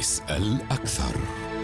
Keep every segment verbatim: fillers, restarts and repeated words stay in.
اسأل أكثر.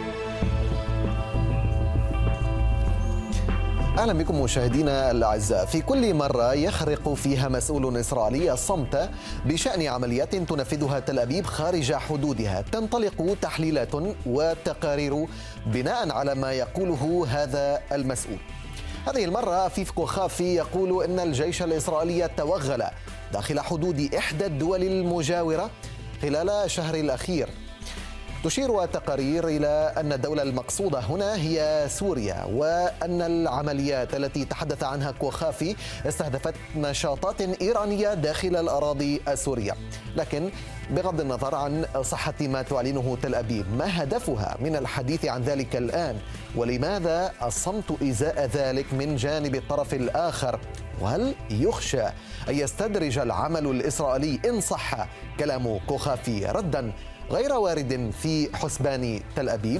أهلا بكم مشاهدينا الأعزاء. في كل مرة يخرق فيها مسؤول إسرائيلي الصمت بشأن عمليات تنفذها تل أبيب خارج حدودها، تنطلق تحليلات وتقارير بناء على ما يقوله هذا المسؤول. هذه المرة عفيف كوخافي يقول إن الجيش الإسرائيلي توغل داخل حدود إحدى الدول المجاورة خلال الشهر الأخير. تشير التقارير إلى أن الدولة المقصودة هنا هي سوريا، وأن العمليات التي تحدث عنها كوخافي استهدفت نشاطات إيرانية داخل الأراضي السورية. لكن بغض النظر عن صحة ما تعلنه تل أبيب، ما هدفها من الحديث عن ذلك الآن؟ ولماذا الصمت إزاء ذلك من جانب الطرف الآخر؟ وهل يخشى أن يستدرج العمل الإسرائيلي إن صح كلام كوخافي ردا غير وارد في حسبان تل أبيب؟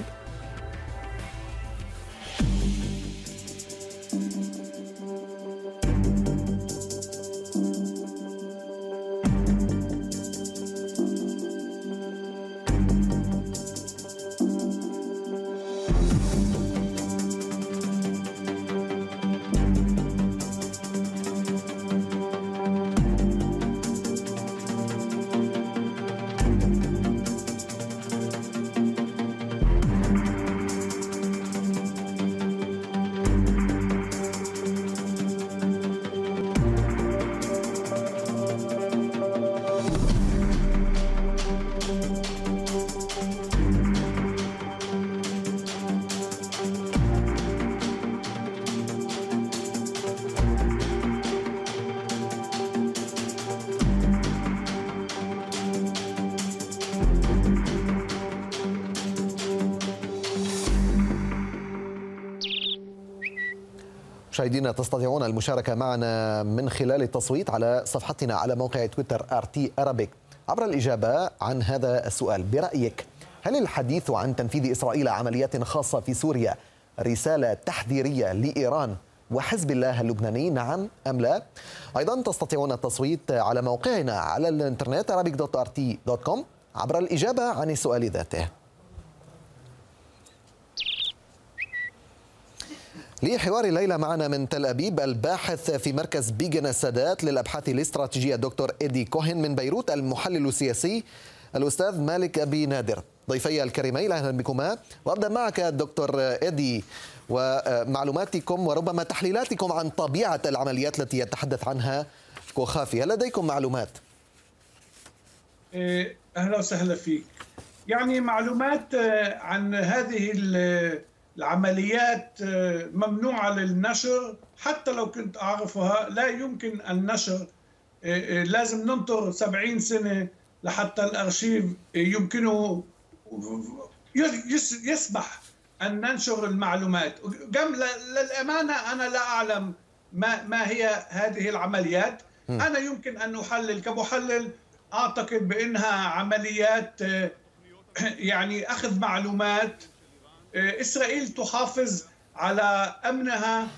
مشاهدينا، تستطيعون المشاركة معنا من خلال التصويت على صفحتنا على موقع تويتر آر تي Arabic عبر الإجابة عن هذا السؤال. برأيك، هل الحديث عن تنفيذ إسرائيل عمليات خاصة في سوريا رسالة تحذيرية لإيران وحزب الله اللبناني، نعم أم لا؟ أيضا تستطيعون التصويت على موقعنا على الانترنت arabic دوت آر تي دوت كوم عبر الإجابة عن السؤال ذاته. لحوار الليلة معنا من تل أبيب الباحث في مركز بيجن السادات للأبحاث الاستراتيجية دكتور إيدي كوهن، من بيروت المحلل السياسي الأستاذ مالك أبي نادر. ضيفي الكريمين أهلا بكما، وأبدأ معك دكتور إيدي ومعلوماتكم وربما تحليلاتكم عن طبيعة العمليات التي يتحدث عنها كوخافي. هل لديكم معلومات؟ أهلا وسهلا فيك. يعني معلومات عن هذه العمليات ممنوعة للنشر، حتى لو كنت أعرفها لا يمكن النشر. لازم ننطر سبعين سنة لحتى الأرشيف يمكنه يسمح أن ننشر المعلومات. للأمانة أنا لا أعلم ما, ما هي هذه العمليات. أنا يمكن أن أحلل كمحلل، أعتقد بأنها عمليات يعني أخذ معلومات. إسرائيل تحافظ على أمنها،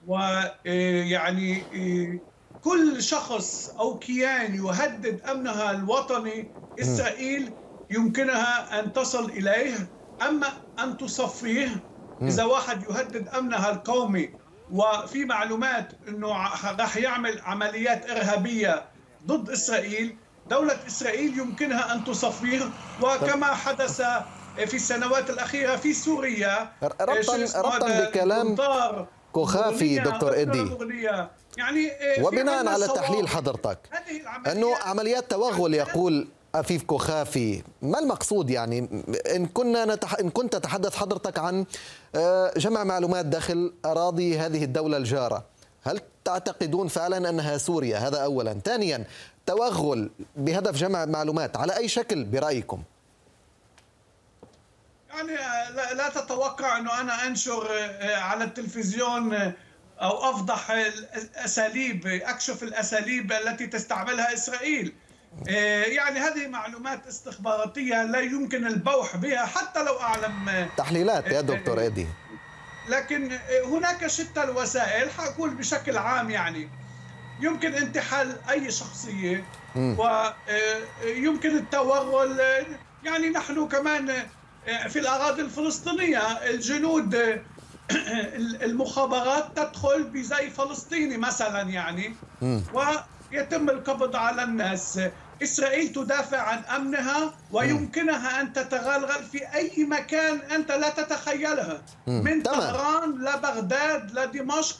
ويعني كل شخص أو كيان يهدد أمنها الوطني إسرائيل يمكنها أن تصل إليه. أما أن تصفيه إذا واحد يهدد أمنها القومي وفي معلومات أنه راح يعمل عمليات إرهابية ضد إسرائيل، دولة إسرائيل يمكنها أن تصفيه، وكما حدث في السنوات الأخيرة في سوريا. ربطا ربطا بكلام كوخافي دكتور إيدي، يعني وبناء على تحليل حضرتك أنه عمليات توغل، يقول عفيف كوخافي، ما المقصود؟ يعني إن كنا نتح... إن كنت تتحدث حضرتك عن جمع معلومات داخل أراضي هذه الدولة الجارة، هل تعتقدون فعلا أنها سوريا؟ هذا أولا. ثانيا، توغل بهدف جمع معلومات على أي شكل برأيكم؟ يعني لا تتوقع أنه أنا أنشر على التلفزيون أو أفضح الأساليب، أكشف الأساليب التي تستعملها إسرائيل. يعني هذه معلومات استخباراتية لا يمكن البوح بها حتى لو أعلم. تحليلات يا دكتور إيدي. لكن هناك شتى الوسائل، حأقول بشكل عام، يعني يمكن انتحال أي شخصية، ويمكن التوغل يعني نحن كمان في الأراضي الفلسطينية الجنود المخابرات تدخل بزي فلسطيني مثلا يعني ويتم القبض على الناس. إسرائيل تدافع عن أمنها ويمكنها أن تتغلغل في أي مكان أنت لا تتخيلها، من طهران لبغداد لدمشق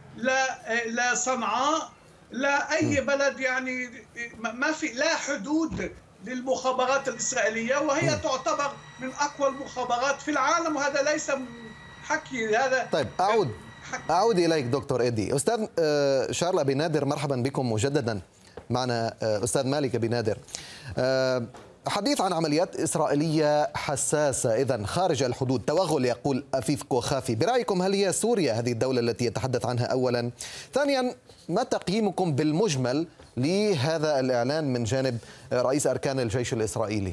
لصنعاء لا أي بلد، يعني ما في لا حدود للمخابرات الإسرائيلية، وهي م. تعتبر من أقوى المخابرات في العالم، وهذا ليس حكي هذا. طيب أعود حكي. أعود إليك دكتور إيدي. أستاذ شارل أبي نادر، مرحبا بكم مجددا معنا. أستاذ مالك أبي نادر، حديث عن عمليات إسرائيلية حساسة إذن خارج الحدود، توغل يقول أفيف كوخافي، برأيكم هل هي سوريا هذه الدولة التي يتحدث عنها أولا؟ ثانيا، ما تقييمكم بالمجمل لهذا الإعلان من جانب رئيس أركان الجيش الإسرائيلي؟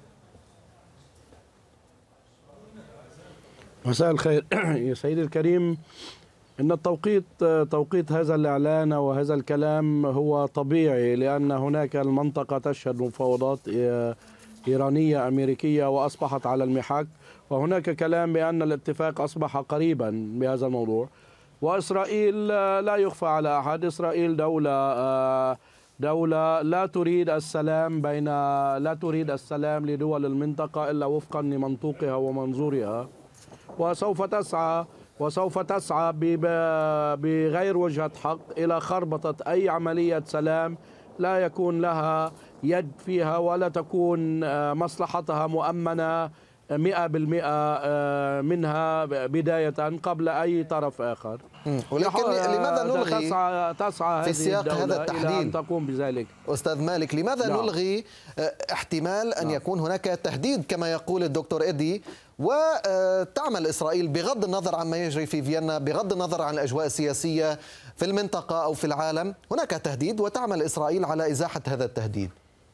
مساء الخير يا سيدي الكريم. إن التوقيت توقيت هذا الإعلان وهذا الكلام هو طبيعي، لأن هناك المنطقة تشهد مفاوضات إيرانية أمريكية وأصبحت على المحك، وهناك كلام بأن الاتفاق أصبح قريبا بهذا الموضوع. وإسرائيل لا يخفى على أحد، إسرائيل دولة دولة لا تريد السلام بين لا تريد السلام لدول المنطقة إلا وفقا لمنطوقها ومنظورها، وسوف تسعى وسوف تسعى بغير وجهة حق إلى خربطة أي عملية سلام لا يكون لها يد فيها ولا تكون مصلحتها مؤمنة مئة بالمئة منها بداية قبل أي طرف آخر. ولكن لماذا نلغي تسعى, تسعى في سياق هذا التحديد إلى أن تقوم بذلك؟ أستاذ مالك، لماذا لا. نلغي احتمال أن لا. يكون هناك تهديد كما يقول الدكتور إيدي، وتعمل إسرائيل بغض النظر عن ما يجري في فيينا، بغض النظر عن الأجواء السياسية في المنطقة أو في العالم، هناك تهديد وتعمل إسرائيل على إزاحة هذا التهديد؟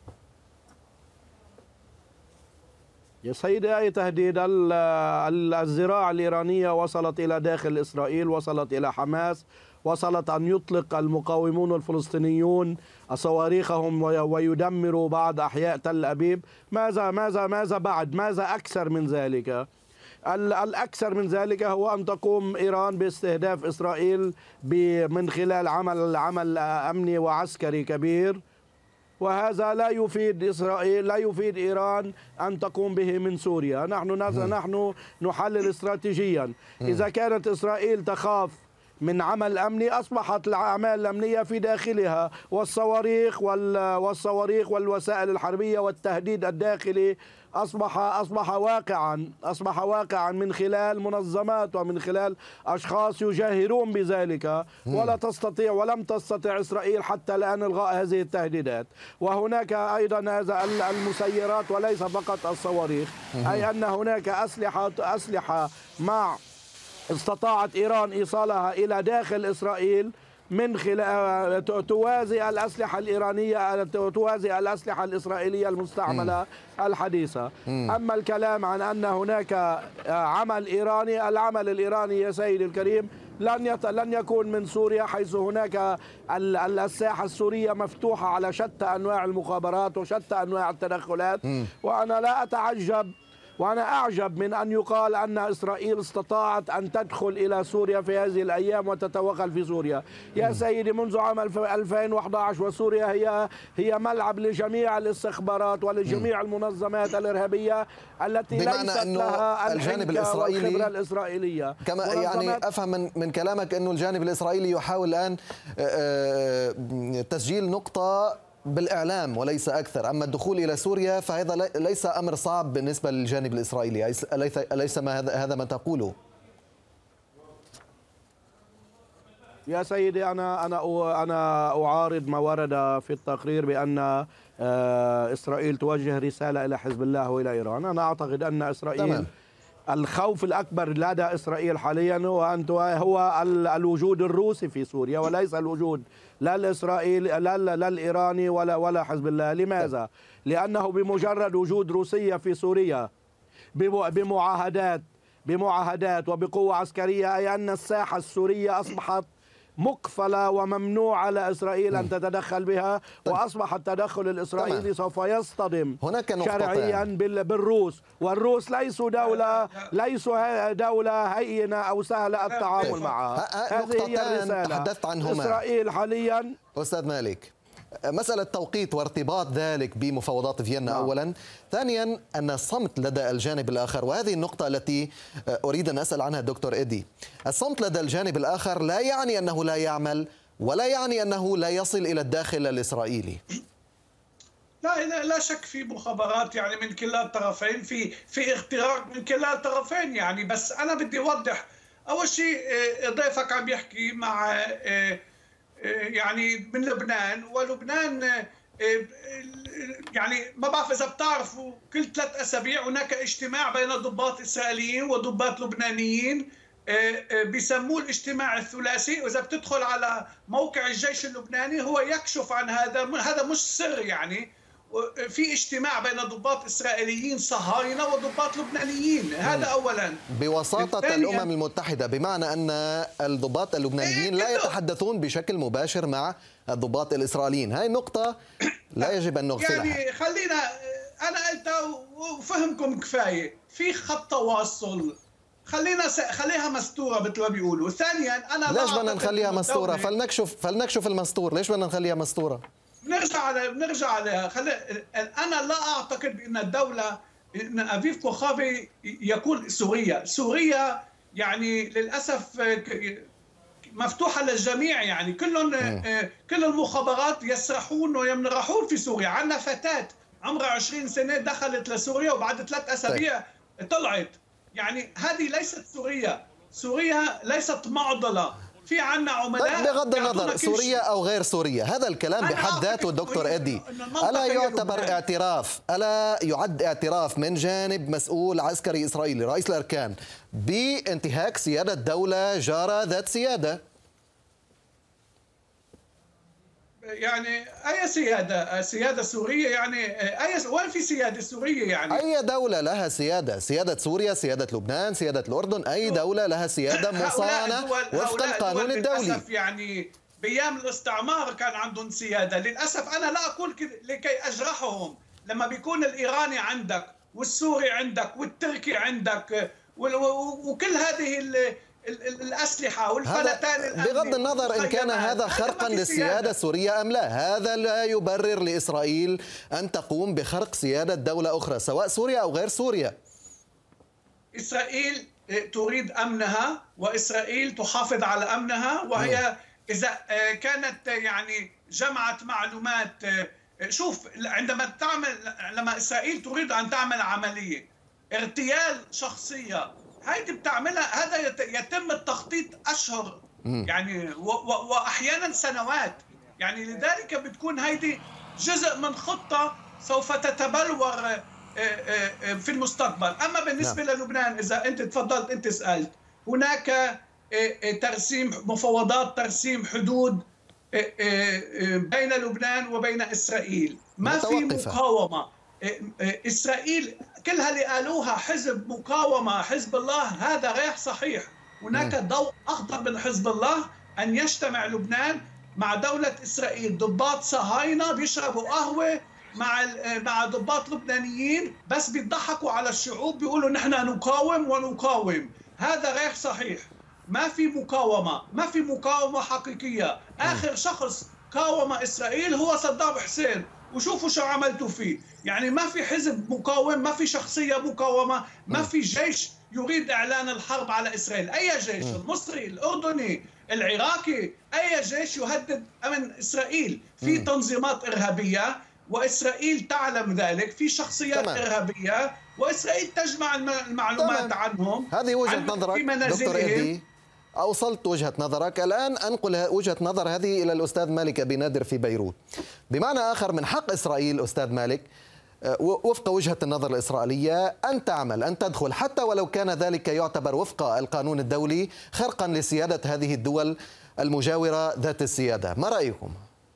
يا سيدي، أي تهديد؟ الزراعة الإيرانية وصلت إلى داخل إسرائيل، وصلت إلى حماس، وصلت أن يطلق المقاومون الفلسطينيون صواريخهم ويدمروا بعض أحياء تل أبيب. ماذا ماذا ماذا بعد؟ ماذا أكثر من ذلك؟ الأكثر من ذلك هو أن تقوم إيران باستهداف إسرائيل من خلال عمل عمل أمني وعسكري كبير، وهذا لا يفيد إسرائيل، لا يفيد إيران أن تقوم به من سوريا. نحن نحن نحلل استراتيجيا. إذا كانت إسرائيل تخاف من عمل أمني، أصبحت الأعمال الأمنية في داخلها، والصواريخ والصواريخ والوسائل الحربية والتهديد الداخلي أصبح أصبح واقعا أصبح واقعا من خلال منظمات ومن خلال أشخاص يجاهرون بذلك، ولا تستطيع ولم تستطع إسرائيل حتى الآن إلغاء هذه التهديدات. وهناك أيضا هذا المسيرات وليس فقط الصواريخ، أي أن هناك أسلحة أسلحة مع استطاعت إيران إيصالها إلى داخل إسرائيل من خلال توازي الأسلحة الإيرانية توازي الأسلحة الإسرائيلية المستعملة الحديثة. أما الكلام عن أن هناك عمل إيراني، العمل الإيراني يا سيدي الكريم لن يت... لن يكون من سوريا، حيث هناك الساحة السورية مفتوحة على شتى أنواع المخابرات وشتى أنواع التدخلات. وأنا لا أتعجب وأنا أعجب من أن يقال أن إسرائيل استطاعت أن تدخل إلى سوريا في هذه الأيام وتتوغل في سوريا. يا سيدي، منذ عام ألفين وأحد عشر وسوريا هي هي ملعب لجميع الاستخبارات ولجميع المنظمات الإرهابية التي ليست لها الجانب الإسرائيلي والخبرة الإسرائيلية. كما يعني أفهم من من كلامك أنه الجانب الإسرائيلي يحاول الآن تسجيل نقطة بالإعلام وليس أكثر، أما الدخول إلى سوريا فهذا ليس أمر صعب بالنسبة للجانب الإسرائيلي، أليس أليس ما هذا هذا ما تقوله؟ يا سيدي، أنا أنا أنا أعارض ما ورد في التقرير بأن إسرائيل توجه رسالة إلى حزب الله وإلى إيران. أنا أعتقد أن إسرائيل تمام. الخوف الأكبر لدى إسرائيل حاليا هو أن هو الوجود الروسي في سوريا، وليس الوجود لا الإسرائيلي لا لا الإيراني ولا ولا حزب الله. لماذا؟ لأنه بمجرد وجود روسية في سوريا بمعاهدات بمعاهدات وبقوة عسكرية، أي أن الساحة السورية أصبحت مقفلة وممنوع على إسرائيل أن تتدخل بها. طيب. وأصبح التدخل الإسرائيلي تمام. سوف يصطدم هناك شرعيا بالروس، والروس ليسوا دولة ليسوا دولة هينة أو سهلة التعامل معها. هذه هي الرسالة. تحدثت عنهما. إسرائيل حاليا. أستاذ مالك، مسألة توقيت وارتباط ذلك بمفاوضات فيينا نعم. أولا. ثانيا أن الصمت لدى الجانب الآخر، وهذه النقطة التي أريد أن أسأل عنها الدكتور إدي. الصمت لدى الجانب الآخر لا يعني أنه لا يعمل، ولا يعني أنه لا يصل إلى الداخل الإسرائيلي. لا لا شك في مخابرات يعني من كلا الطرفين، في في اختراق من كلا الطرفين يعني. بس أنا بدي أوضح أول شيء، ضيفك عم يحكي مع يعني من لبنان، ولبنان يعني ما بعرف إذا بتعرفوا كل ثلاث أسابيع هناك اجتماع بين ضباط إسرائيليين وضباط لبنانيين بيسموه الاجتماع الثلاثي، وإذا بتدخل على موقع الجيش اللبناني هو يكشف عن هذا، هذا مش سر يعني. في اجتماع بين ضباط إسرائيليين صهاينة وضباط لبنانيين، هذا أولا بوساطة الأمم المتحدة، بمعنى أن الضباط اللبنانيين لا يتحدثون بشكل مباشر مع الضباط الإسرائيليين. هاي النقطة لا يجب أن نغفلها. يعني خلينا، أنا قلتها وفهمكم كفاية، في خط تواصل، خلينا س... خليها مستورة مثل ما بيقولوا. ثانيا أنا ليش بدنا نخليها مستورة؟ فلنكشف فلنكشف المستور، ليش بدنا نخليها مستورة؟ بنرجع على بنرجع عليها. خلي... انا لا اعتقد بان الدوله، ان افيف كوخافي يكون سوريا، سوريا يعني للاسف مفتوحه للجميع يعني. كلهم كل المخابرات يسرحون ويمرحون في سوريا. عندنا فتاه عمرها عشرين سنه دخلت لسوريا وبعد ثلاث اسابيع طلعت. يعني هذه ليست سوريا، سوريا ليست معضله. في عنا عملاء طيب بغض النظر سوريا أو غير سوريا، هذا الكلام بحد ذاته دكتور إدي ألا يعتبر اعتراف، ألا يعد اعتراف من جانب مسؤول عسكري إسرائيلي رئيس الأركان بانتهاك سيادة دولة جارة ذات سيادة؟ يعني أي سيادة؟ سيادة سورية يعني؟ أي وين في سيادة سورية يعني؟ أي دولة لها سيادة؟ سيادة سوريا، سيادة لبنان، سيادة الأردن، أي دولة لها سيادة مصانة وفق القانون الدولي. يعني بأيام الاستعمار كان عندهم سيادة. للأسف أنا لا أقول لكي أجرحهم. لما بيكون الإيراني عندك والسوري عندك والتركي عندك وكل هذه الأسلحة والفلتان، بغض النظر إن كان هذا خرقا للسيادة السورية أم لا، هذا لا يبرر لإسرائيل أن تقوم بخرق سيادة دولة أخرى سواء سوريا أو غير سوريا. إسرائيل تريد أمنها، وإسرائيل تحافظ على أمنها، وهي إذا كانت يعني جمعت معلومات. شوف، عندما تعمل لما إسرائيل تريد أن تعمل عملية اغتيال شخصية، هيدي بتعملها، هذا يتم التخطيط أشهر يعني وأحيانا سنوات يعني. لذلك بتكون هيدي جزء من خطة سوف تتبلور في المستقبل. أما بالنسبة نعم. للبنان، إذا أنت تفضلت أنت سألت، هناك ترسيم مفاوضات، ترسيم حدود بين لبنان وبين إسرائيل. ما في مقاومة. إسرائيل كلها اللي قالوها حزب مقاومة، حزب الله، هذا غير صحيح. هناك ضوء أخضر من حزب الله أن يجتمع لبنان مع دولة إسرائيل. ضباط صهاينة بيشربوا قهوة مع مع ضباط لبنانيين، بس بيضحكوا على الشعوب، بيقولوا نحن نقاوم ونقاوم. هذا غير صحيح. ما في مقاومة، ما في مقاومة حقيقية. آخر شخص قاوم إسرائيل هو صدام حسين، وشوفوا شو عملتوا فيه. يعني ما في حزب مقاوم، ما في شخصية مقاومة، ما في جيش يريد إعلان الحرب على إسرائيل. أي جيش، المصري، الأردني، العراقي، أي جيش يهدد أمن إسرائيل. في تنظيمات إرهابية وإسرائيل تعلم ذلك، في شخصيات تمام. إرهابية وإسرائيل تجمع المعلومات تمام. عنهم. هذه وجهة نظرك دكتور إدي، أوصلت وجهة نظرك. الآن أنقل وجهة نظر هذه إلى الأستاذ مالك أبي نادر في بيروت. بمعنى آخر، من حق إسرائيل أستاذ مالك وفق وجهة النظر الإسرائيلية أن تعمل، أن تدخل، حتى ولو كان ذلك يعتبر وفق القانون الدولي خرقا لسيادة هذه الدول المجاورة ذات السيادة. ما رأيكم؟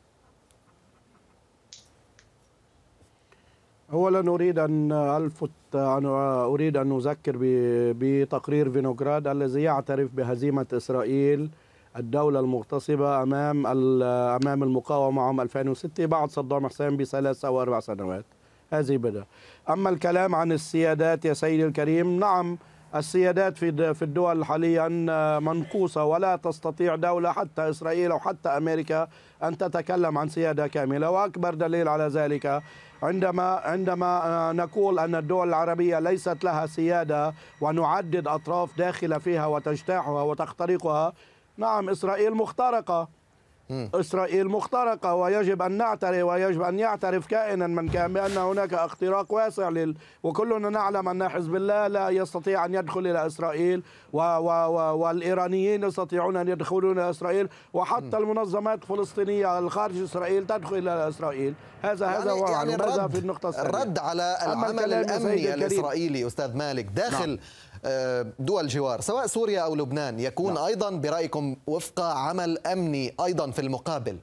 أولا أريد أن ألفت أنا أريد أن أذكر بتقرير فينوغراد الذي يعترف بهزيمة إسرائيل الدولة المغتصبة أمام أمام المقاومة عام ألفين وستة بعد صدام حسين بثلاث أو أربع سنوات. هذه بدأ. أما الكلام عن السيادات يا سيدي الكريم، نعم السيادات في في الدول حاليا منقوصة، ولا تستطيع دولة حتى إسرائيل أو حتى أمريكا أن تتكلم عن سيادة كاملة. وأكبر دليل على ذلك عندما عندما نقول أن الدول العربية ليست لها سيادة ونعدد أطراف داخلة فيها وتجتاحها وتخترقها. نعم إسرائيل مخترقة، إسرائيل مخترقة، ويجب أن نعترف ويجب أن يعترف كائنا من كان بأن هناك اختراق واسع لل... وكلنا نعلم أن حزب الله لا يستطيع أن يدخل إلى إسرائيل و... و... و... والإيرانيين يستطيعون أن يدخلون إلى إسرائيل، وحتى المنظمات الفلسطينية الخارج إسرائيل تدخل إلى إسرائيل. هذا يعني هذا هو يعني ماذا الرد في النقطة الثانية؟ الرد على العمل الأمني الإسرائيلي أستاذ مالك داخل نعم. دول الجوار سواء سوريا أو لبنان يكون نعم. أيضا برأيكم وفق عمل أمني أيضا في المقابل؟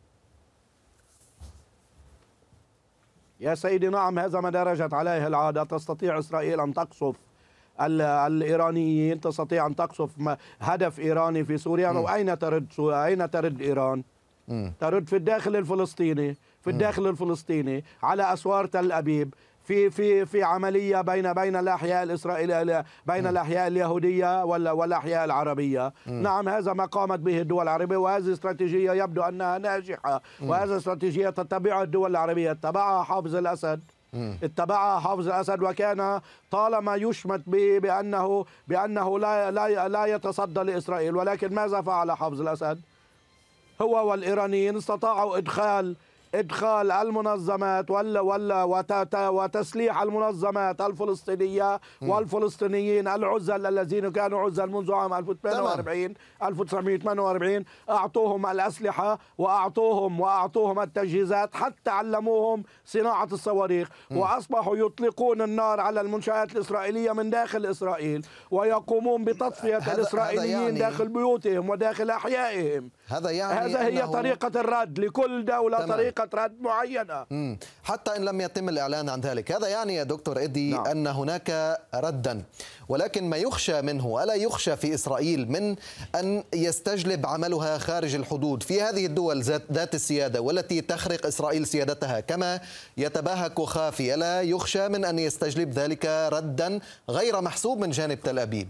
يا سيدي نعم، هذا ما درجت عليه العادة. تستطيع إسرائيل أن تقصف الإيرانيين، تستطيع أن تقصف هدف إيراني في سوريا. م. وأين ترد أين ترد إيران؟ م. ترد في الداخل الفلسطيني، في الداخل الفلسطيني على أسوار تل أبيب، في في في عمليه بين بين الاحياء الاسرائيليه، بين الاحياء اليهوديه والاحياء العربيه. م. نعم هذا ما قامت به الدول العربيه، وهذه استراتيجيه يبدو انها ناجحه، وهذه استراتيجيه تتبعها الدول العربيه. اتبعها حافظ الاسد، اتبعها حافظ الاسد، وكان طالما يشمت به بانه بانه لا لا لا يتصدى لاسرائيل. ولكن ماذا فعل حافظ الاسد؟ هو والايرانيين استطاعوا ادخال إدخال المنظمات ولا ولا وتسليح المنظمات الفلسطينية والفلسطينيين العزل الذين كانوا عزل منذ عام ألف وثمانمئة وأربعين ألف وتسعمئة وثمانية وأربعين. أعطوهم الأسلحة وأعطوهم وأعطوهم التجهيزات، حتى علموهم صناعة الصواريخ، وأصبحوا يطلقون النار على المنشآت الإسرائيلية من داخل إسرائيل، ويقومون بتطفية الإسرائيليين يعني داخل بيوتهم وداخل أحيائهم. هذا يعني هذا هي طريقة الرد لكل دولة. تمام. طريقة رد معينة. مم. حتى إن لم يتم الإعلان عن ذلك. هذا يعني يا دكتور إدي نعم. أن هناك ردا، ولكن ما يخشى منه، ألا يخشى في إسرائيل من أن يستجلب عملها خارج الحدود في هذه الدول ذات السيادة والتي تخرق إسرائيل سيادتها كما يتباهى كوخافي، ألا يخشى من أن يستجلب ذلك ردا غير محسوب من جانب تل أبيب؟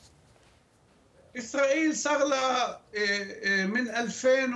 إسرائيل صار لها من ألفين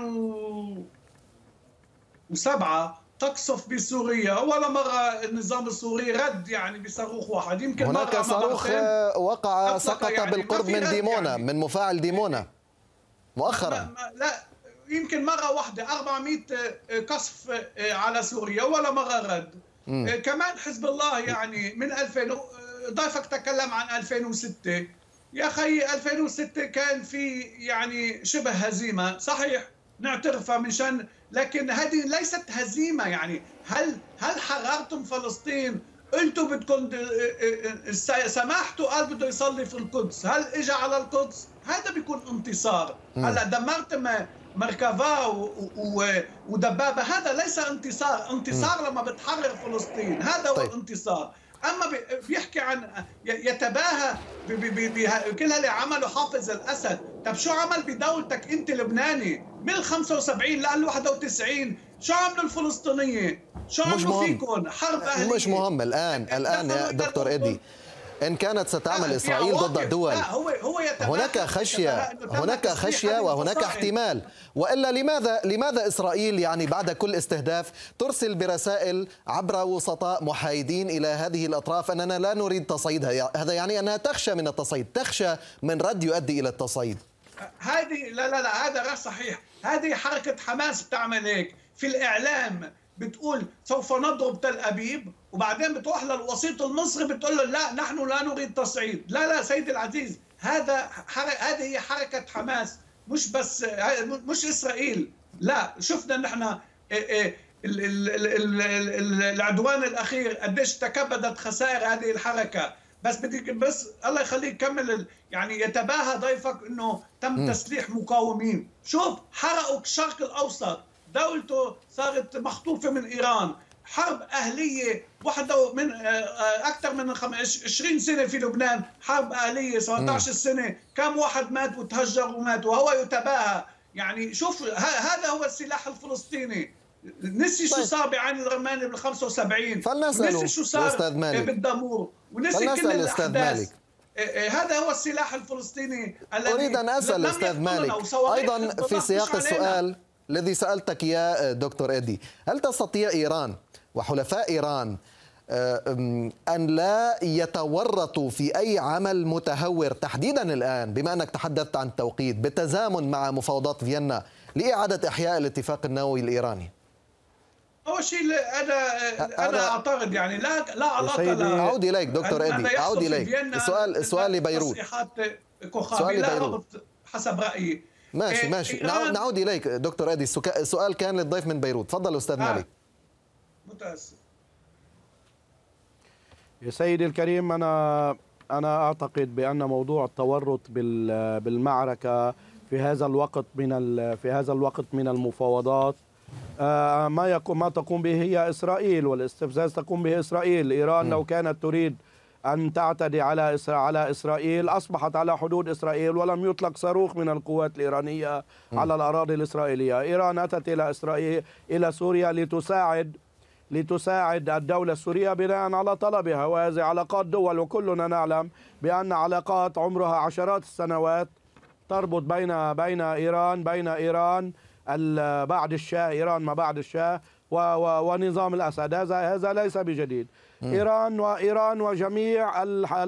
وسبعة تقصف بسوريا. ولا مرة النظام السوري رد يعني بصاروخ واحد. يمكن هناك مرة صاروخ وقع سقط يعني بالقرب من ديمونا يعني. من مفاعل ديمونا مؤخرا. ما ما لا يمكن مرة واحدة أربعمئة قصف على سوريا، ولا مرة رد. م. كمان حزب الله يعني من ألفين، ضيفك تكلم عن ألفين وستة. يا أخي ألفين وستة كان في يعني شبه هزيمة، صحيح نعترفها من شان، لكن هذه ليست هزيمة. يعني هل هل حررتم فلسطين؟ قلتوا بدكم سمحتوا قال بده يصلي في القدس، هل اجى على القدس؟ هذا بيكون انتصار. هلا دمرت مركبة ودبابة، هذا ليس انتصار. انتصار لما بتحرر فلسطين، هذا هو الانتصار. اما بيحكي عن يتباهى بكل اللي عمله حافظ الاسد. طب شو عمل بدولتك انت لبناني من خمسة وسبعين لل واحد وتسعين؟ شو عملوا الفلسطينيين؟ شو عملوا فيكم؟ حرب اهليه. مش مهم الان الان يا دكتور إدي، إن كانت ستعمل إسرائيل ضد دول هو هو هناك خشية هناك خشية وهناك احتمال. وإلا لماذا لماذا إسرائيل يعني بعد كل استهداف ترسل برسائل عبر وسطاء محايدين إلى هذه الأطراف أننا لا نريد تصعيدها؟ هذا يعني أنها تخشى من التصعيد، تخشى من رد يؤدي إلى التصعيد. هذه لا لا لا هذا غير صحيح. هذه حركة حماس بتعمل هيك في الإعلام، بتقول سوف نضرب تل أبيب، وبعدين بتروح للوسيط المصري بتقول له لا نحن لا نريد تصعيد. لا لا سيدي العزيز، هذا هذه هي حركة حماس، مش بس مش إسرائيل. لا شفنا نحن العدوان الأخير قديش تكبدت خسائر هذه الحركة. بس بدك بس الله يخليك كمل. يعني يتباهى ضيفك انه تم تسليح مقاومين. شوف حرقوا الشرق الاوسط، دولته صارت مخطوفه من ايران، حرب أهلية واحدة من أكثر من عشرين سنة في لبنان، حرب أهلية سبعة عشر سنة، كم واحد مات وتهجر ومات وهو يتباهى. يعني شوف هذا هو السلاح الفلسطيني. نسي شو صار بعين الرماني بال خمسة وسبعين، ونسي شو صار بالدمور، ونسي كل الأحداث. هذا هو السلاح الفلسطيني الذي أريد أن أسأل أستاذ مالك أيضا في سياق السؤال الذي سألتك يا دكتور إيدي، هل تستطيع إيران وحلفاء إيران أن لا يتورطوا في أي عمل متهور تحديدا الآن بما أنك تحدثت عن التوقيت بالتزامن مع مفاوضات فيينا لإعادة إحياء الاتفاق النووي الإيراني؟ أول شيء أنا أنا أعتقد يعني لا لا علاقة لا. أعود إليك دكتور إيدي، أعود إليك. السؤال السؤال لبيروت. سؤال لبيروت حسب رأيي. ماشي ماشي نعود إليك دكتور إيدي. السؤال كان للضيف من بيروت. تفضل أستاذ آه. مالك. متأسف. يا سيدي الكريم، أنا أنا أعتقد بأن موضوع التورط بالمعركة في هذا الوقت من في هذا الوقت من المفاوضات ما يقوم ما تقوم به هي إسرائيل، والاستفزاز تقوم به إسرائيل. إيران لو كانت تريد أن تعتدي على على إسرائيل أصبحت على حدود إسرائيل ولم يطلق صاروخ من القوات الإيرانية على الأراضي الإسرائيلية. إيران أتت إلى إسرائيل إلى سوريا لتساعد لتساعد الدولة السورية بناء على طلبها، وهذه علاقات دول، وكلنا نعلم بأن علاقات عمرها عشرات السنوات تربط بين بين إيران بين إيران بعد الشاه إيران ما بعد الشاه ونظام الأسد. هذا هذا ليس بجديد. م. إيران وإيران وجميع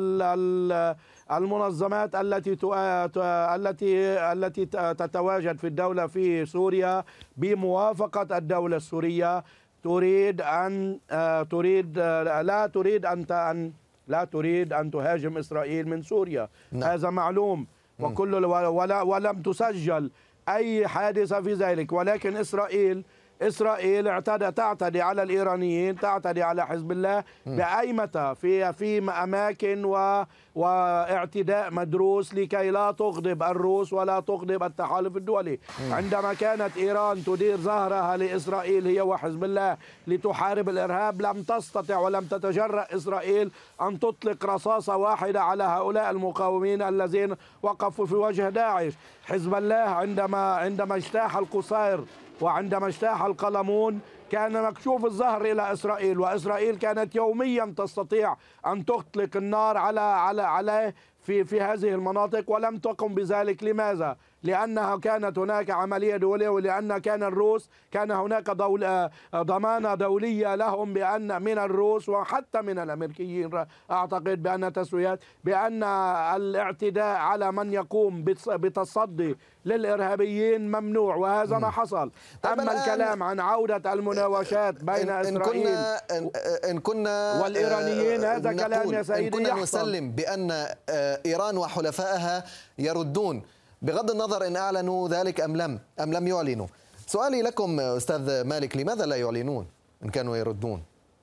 المنظمات التي التي التي تتواجد في الدولة في سوريا بموافقة الدولة السورية تريد أن تريد لا تريد أن لا تريد أن تهاجم إسرائيل من سوريا. م. هذا معلوم وكل ولا ولم تسجل أي حادثة في ذلك، ولكن إسرائيل إسرائيل اعتدى تعتدي على الإيرانيين، تعتدي على حزب الله بأيمتى في في أماكن و واعتداء مدروس لكي لا تغضب الروس ولا تغضب التحالف الدولي. عندما كانت إيران تدير ظهرها لإسرائيل هي وحزب الله لتحارب الإرهاب، لم تستطع ولم تتجرأ إسرائيل أن تطلق رصاصة واحدة على هؤلاء المقاومين الذين وقفوا في وجه داعش. حزب الله عندما عندما اجتاح القصير وعندما اجتاح القلمون كان مكشوف الظهر إلى إسرائيل، وإسرائيل كانت يوميا تستطيع أن تطلق النار على على عليه في في هذه المناطق، ولم تقم بذلك. لماذا؟ لأنها كانت هناك عملية دولية، ولأن كان الروس كان هناك دولة ضمانة دولية لهم بأن من الروس وحتى من الأمريكيين أعتقد بأن تسويات بأن الاعتداء على من يقوم بتصدي للإرهابيين ممنوع، وهذا ما حصل. أما الكلام عن عودة المناوشات بين إن إسرائيل كنا إن كنا والإيرانيين هذا كلام يا سيدي. إن كنا نسلم بأن إيران وحلفائها يردون بغض النظر إن أعلنوا ذلك أم لم أم لم يعلنوا. سؤالي لكم أستاذ مالك، لماذا لا يعلنون إن كانوا يردون؟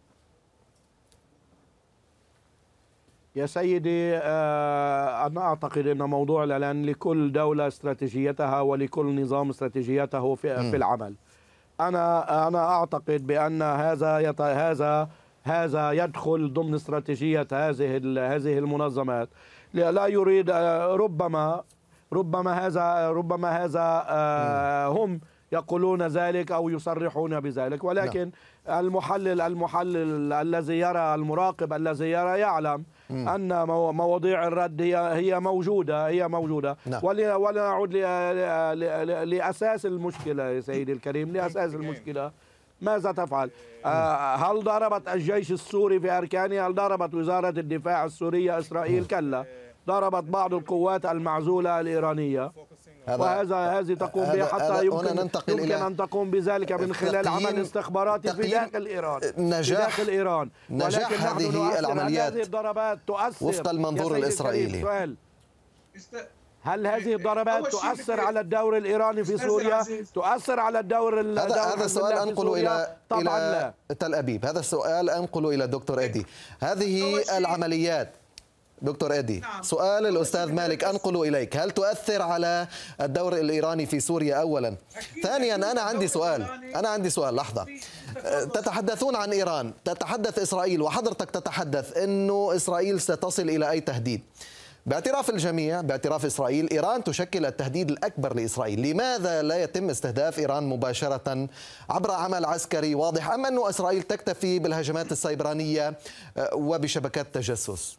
يا سيدي أنا أعتقد أن موضوع الإعلان لكل دولة استراتيجيتها ولكل نظام استراتيجيته في, في العمل. أنا أنا أعتقد بأن هذا يت... هذا هذا يدخل ضمن استراتيجية هذه هذه المنظمات. لا يريد ربما ربما هذا ربما هذا هم يقولون ذلك أو يصرحون بذلك، ولكن لا. المحلل المحلل الذي يرى المراقب الذي يرى يعلم م. أن مواضيع الرد هي هي موجودة هي موجودة ولا ولا نعود لأساس المشكلة يا سيدي الكريم. لأساس المشكلة ماذا تفعل؟ آه هل ضربت الجيش السوري في أركانه؟ هل ضربت وزارة الدفاع السورية إسرائيل؟ كلا. ضربت بعض القوات المعزولة الإيرانية، وهذا هذه تقوم به حتى يمكن, يمكن أن تقوم بذلك من خلال عمل استخباراتي في داخل إيران نجاح في داخل إيران. نجاح هذه العمليات هذه الضربات تؤثر وفق المنظور الإسرائيلي. هل هذه الضربات تؤثر على الدور الإيراني في سوريا؟ تؤثر على الدور هذا هذا السؤال أنقله إلى طبعا إلى لا. تل أبيب. هذا السؤال أنقله إلى الدكتور إيدي. هذه العمليات دكتور إدي، نعم. سؤال الأستاذ مالك أنقل إليك، هل تؤثر على الدور الإيراني في سوريا أولا؟ أكيد ثانيا أكيد أنا عندي سؤال أنا عندي سؤال لحظة. تتحدثون عن إيران، تتحدث إسرائيل، وحضرتك تتحدث أنه إسرائيل ستصل إلى أي تهديد. باعتراف الجميع، باعتراف إسرائيل، إيران تشكل التهديد الأكبر لإسرائيل. لماذا لا يتم استهداف إيران مباشرة عبر عمل عسكري واضح، أم أن إسرائيل تكتفي بالهجمات السيبرانية وبشبكات تجسس؟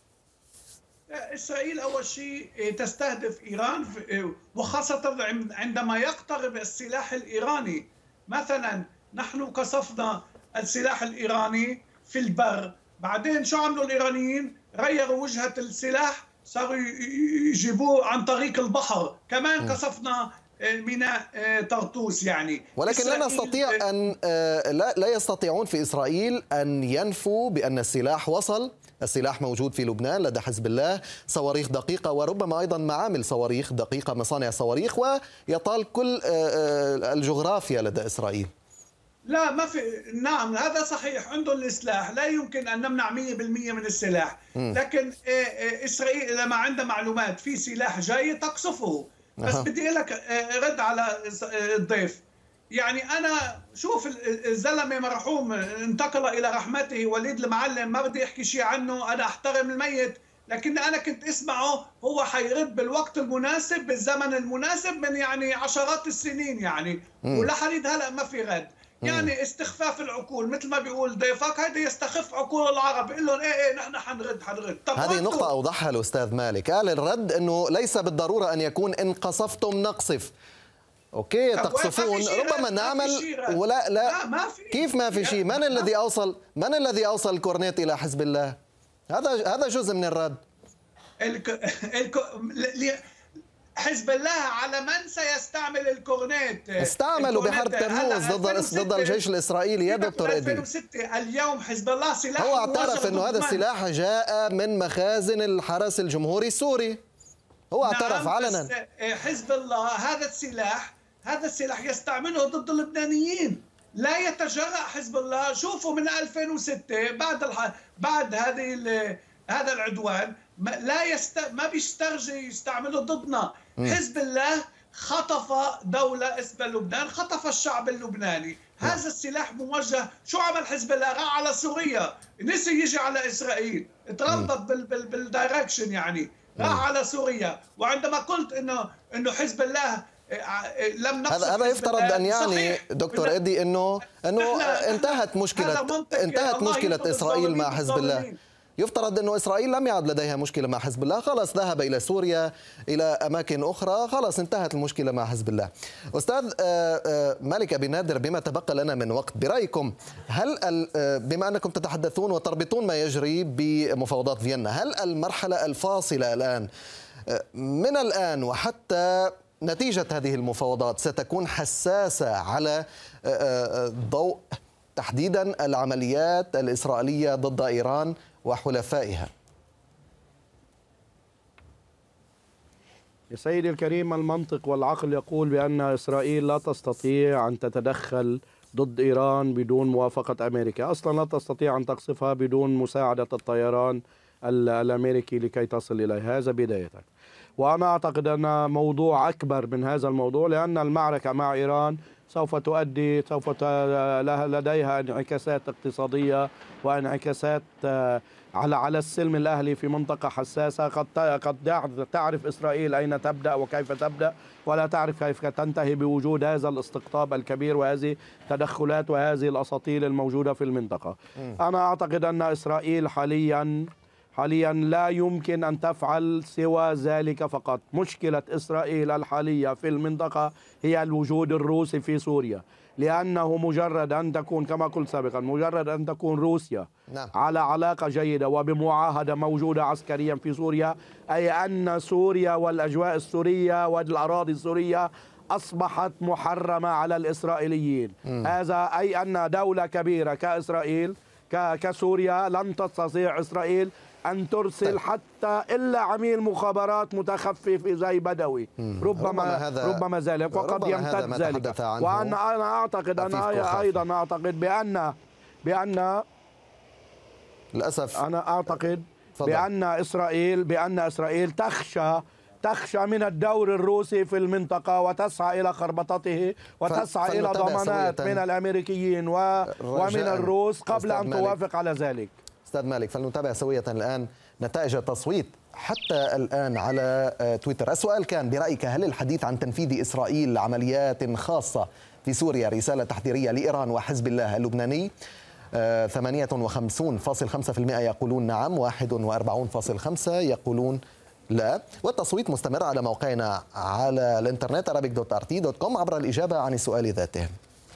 إسرائيل أول شيء تستهدف إيران، وخاصة عندما يقترب السلاح الإيراني. مثلا نحن قصفنا السلاح الإيراني في البر، بعدين شو عملوا الإيرانيين؟ غيروا وجهة السلاح، صاروا يجيبوه عن طريق البحر. كمان قصفنا ميناء طرطوس يعني. ولكن لا نستطيع أن لا, لا يستطيعون في إسرائيل أن ينفوا بأن السلاح وصل. السلاح موجود في لبنان لدى حزب الله، صواريخ دقيقة وربما أيضا معامل صواريخ دقيقة، مصانع صواريخ، ويطال كل الجغرافيا لدى إسرائيل. لا ما في، نعم هذا صحيح، عندهم السلاح، لا يمكن أن نمنع مئة بالمئة من السلاح، لكن إسرائيل لما عندها معلومات في سلاح جاي تقصفه. بس بدي لك رد على الضيف. يعني أنا شوف الزلمة مرحوم انتقل إلى رحمته وليد المعلم، ما بدي أحكي شيء عنه، أنا أحترم الميت، لكن أنا كنت أسمعه هو حيرد بالوقت المناسب بالزمن المناسب من يعني عشرات السنين يعني، ولحد هلأ ما في رد. يعني استخفاف العقول مثل ما بيقول ضيفك، هذا يستخف عقول العرب، يقول لهم ايه ايه نحن حنرد حنرد. هذه نقطة أوضحها الأستاذ مالك، قال الرد أنه ليس بالضرورة أن يكون إن قصفتم نقصف. اوكي تقصفون ربما نعمل ولا لا, لا ما في. كيف ما في شيء؟ من الذي اوصل من الذي اوصل الكورنيت الى حزب الله؟ هذا هذا جزء من الرد. الك... الك... حزب الله على من سيستعمل الكورنيت؟ استعملوا بحرب تموز ضد ضد الجيش الاسرائيلي يا دكتور إدي. ألفين وستة اليوم حزب الله سلاح، هو اعترف انه هذا السلاح جاء من مخازن الحرس الجمهوري السوري، هو اعترف نعم علنا. حزب الله هذا السلاح هذا السلاح يستعمله ضد اللبنانيين، لا يتجرأ حزب الله. شوفوا من ألفين وستة بعد الح... بعد هذه ال... هذا العدوان ما لا يست... ما بيسترجي يستعمله ضدنا. حزب الله خطف دولة اسمها لبنان، خطف الشعب اللبناني. هذا السلاح موجه. شو عمل حزب الله؟ راح على سوريا، نسي يجي على إسرائيل، تربط بال... بال... بالدايركشن يعني، راح على سوريا. وعندما قلت انه انه حزب الله لم نقصد، هذا هذا يفترض ان يعني دكتور إدي انه انه انتهت مشكله انتهت مشكله اسرائيل مع حزب الله. يفترض انه اسرائيل لم يعد لديها مشكله مع حزب الله، خلاص ذهب الى سوريا الى اماكن اخرى، خلاص انتهت المشكله مع حزب الله. استاذ مالك ابي نادر، بما تبقى لنا من وقت، برايكم هل بما انكم تتحدثون وتربطون ما يجري بمفاوضات فيينا، هل المرحله الفاصله الان من الان وحتى نتيجة هذه المفاوضات ستكون حساسة على ضوء تحديدا العمليات الإسرائيلية ضد إيران وحلفائها؟ يا سيدي الكريم، المنطق والعقل يقول بأن إسرائيل لا تستطيع أن تتدخل ضد إيران بدون موافقة أمريكا، أصلا لا تستطيع أن تقصفها بدون مساعدة الطيران الأمريكي لكي تصل إليها. هذا بداية. وأنا أعتقد أن موضوع أكبر من هذا الموضوع، لأن المعركة مع إيران سوف تؤدي سوف لديها انعكاسات اقتصادية وانعكاسات على على السلم الأهلي في منطقة حساسة. قد قد تعرف إسرائيل أين تبدأ وكيف تبدأ، ولا تعرف كيف تنتهي بوجود هذا الاستقطاب الكبير وهذه التدخلات وهذه الأساطيل الموجودة في المنطقة. أنا أعتقد أن إسرائيل حاليا حاليا لا يمكن أن تفعل سوى ذلك فقط. مشكلة إسرائيل الحالية في المنطقة هي الوجود الروسي في سوريا، لأنه مجرد أن تكون كما قلت سابقا مجرد أن تكون روسيا نعم. على علاقة جيدة وبمعاهدة موجودة عسكريا في سوريا، أي أن سوريا والأجواء السورية والأراضي السورية أصبحت محرمة على الإسرائيليين. م. هذا أي أن دولة كبيرة كإسرائيل كسوريا لن تستطيع إسرائيل أن ترسل طيب. حتى إلا عميل مخابرات متخفف زي بدوي، ربما ربما, ربما ذلك وقد يمتد ذلك. وأنا أنا أعتقد أنا أيضا أعتقد بأن بأن للأسف أنا أعتقد فضل. بأن إسرائيل بأن إسرائيل تخشى تخشى من الدور الروسي في المنطقة وتسعى إلى خربطته وتسعى إلى ضمانات من الأمريكيين و... ومن الروس قبل أن توافق على ذلك. أستاذ مالك، فلنتابع سوية الآن نتائج التصويت حتى الآن على تويتر. السؤال كان: برأيك هل الحديث عن تنفيذ إسرائيل عمليات خاصة في سوريا رسالة تحذيرية لإيران وحزب الله اللبناني؟ ثمانية وخمسين فاصلة خمسة بالمئة يقولون نعم، واحد وأربعين فاصلة خمسة بالمئة يقولون لا. والتصويت مستمر على موقعنا على الانترنت arabic دوت ار تي دوت كوم عبر الإجابة عن السؤال ذاته.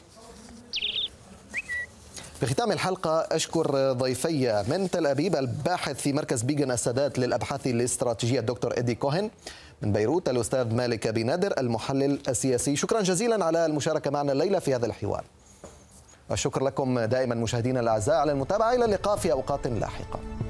في ختام الحلقة أشكر ضيفي من تل أبيب الباحث في مركز بيغن السادات للأبحاث الاستراتيجية الدكتور إيدي كوهن، من بيروت الأستاذ مالك بنادر المحلل السياسي. شكرا جزيلا على المشاركة معنا الليلة في هذا الحوار، والشكر لكم دائما مشاهدينا الأعزاء على المتابعة. إلى اللقاء في أوقات لاحقة.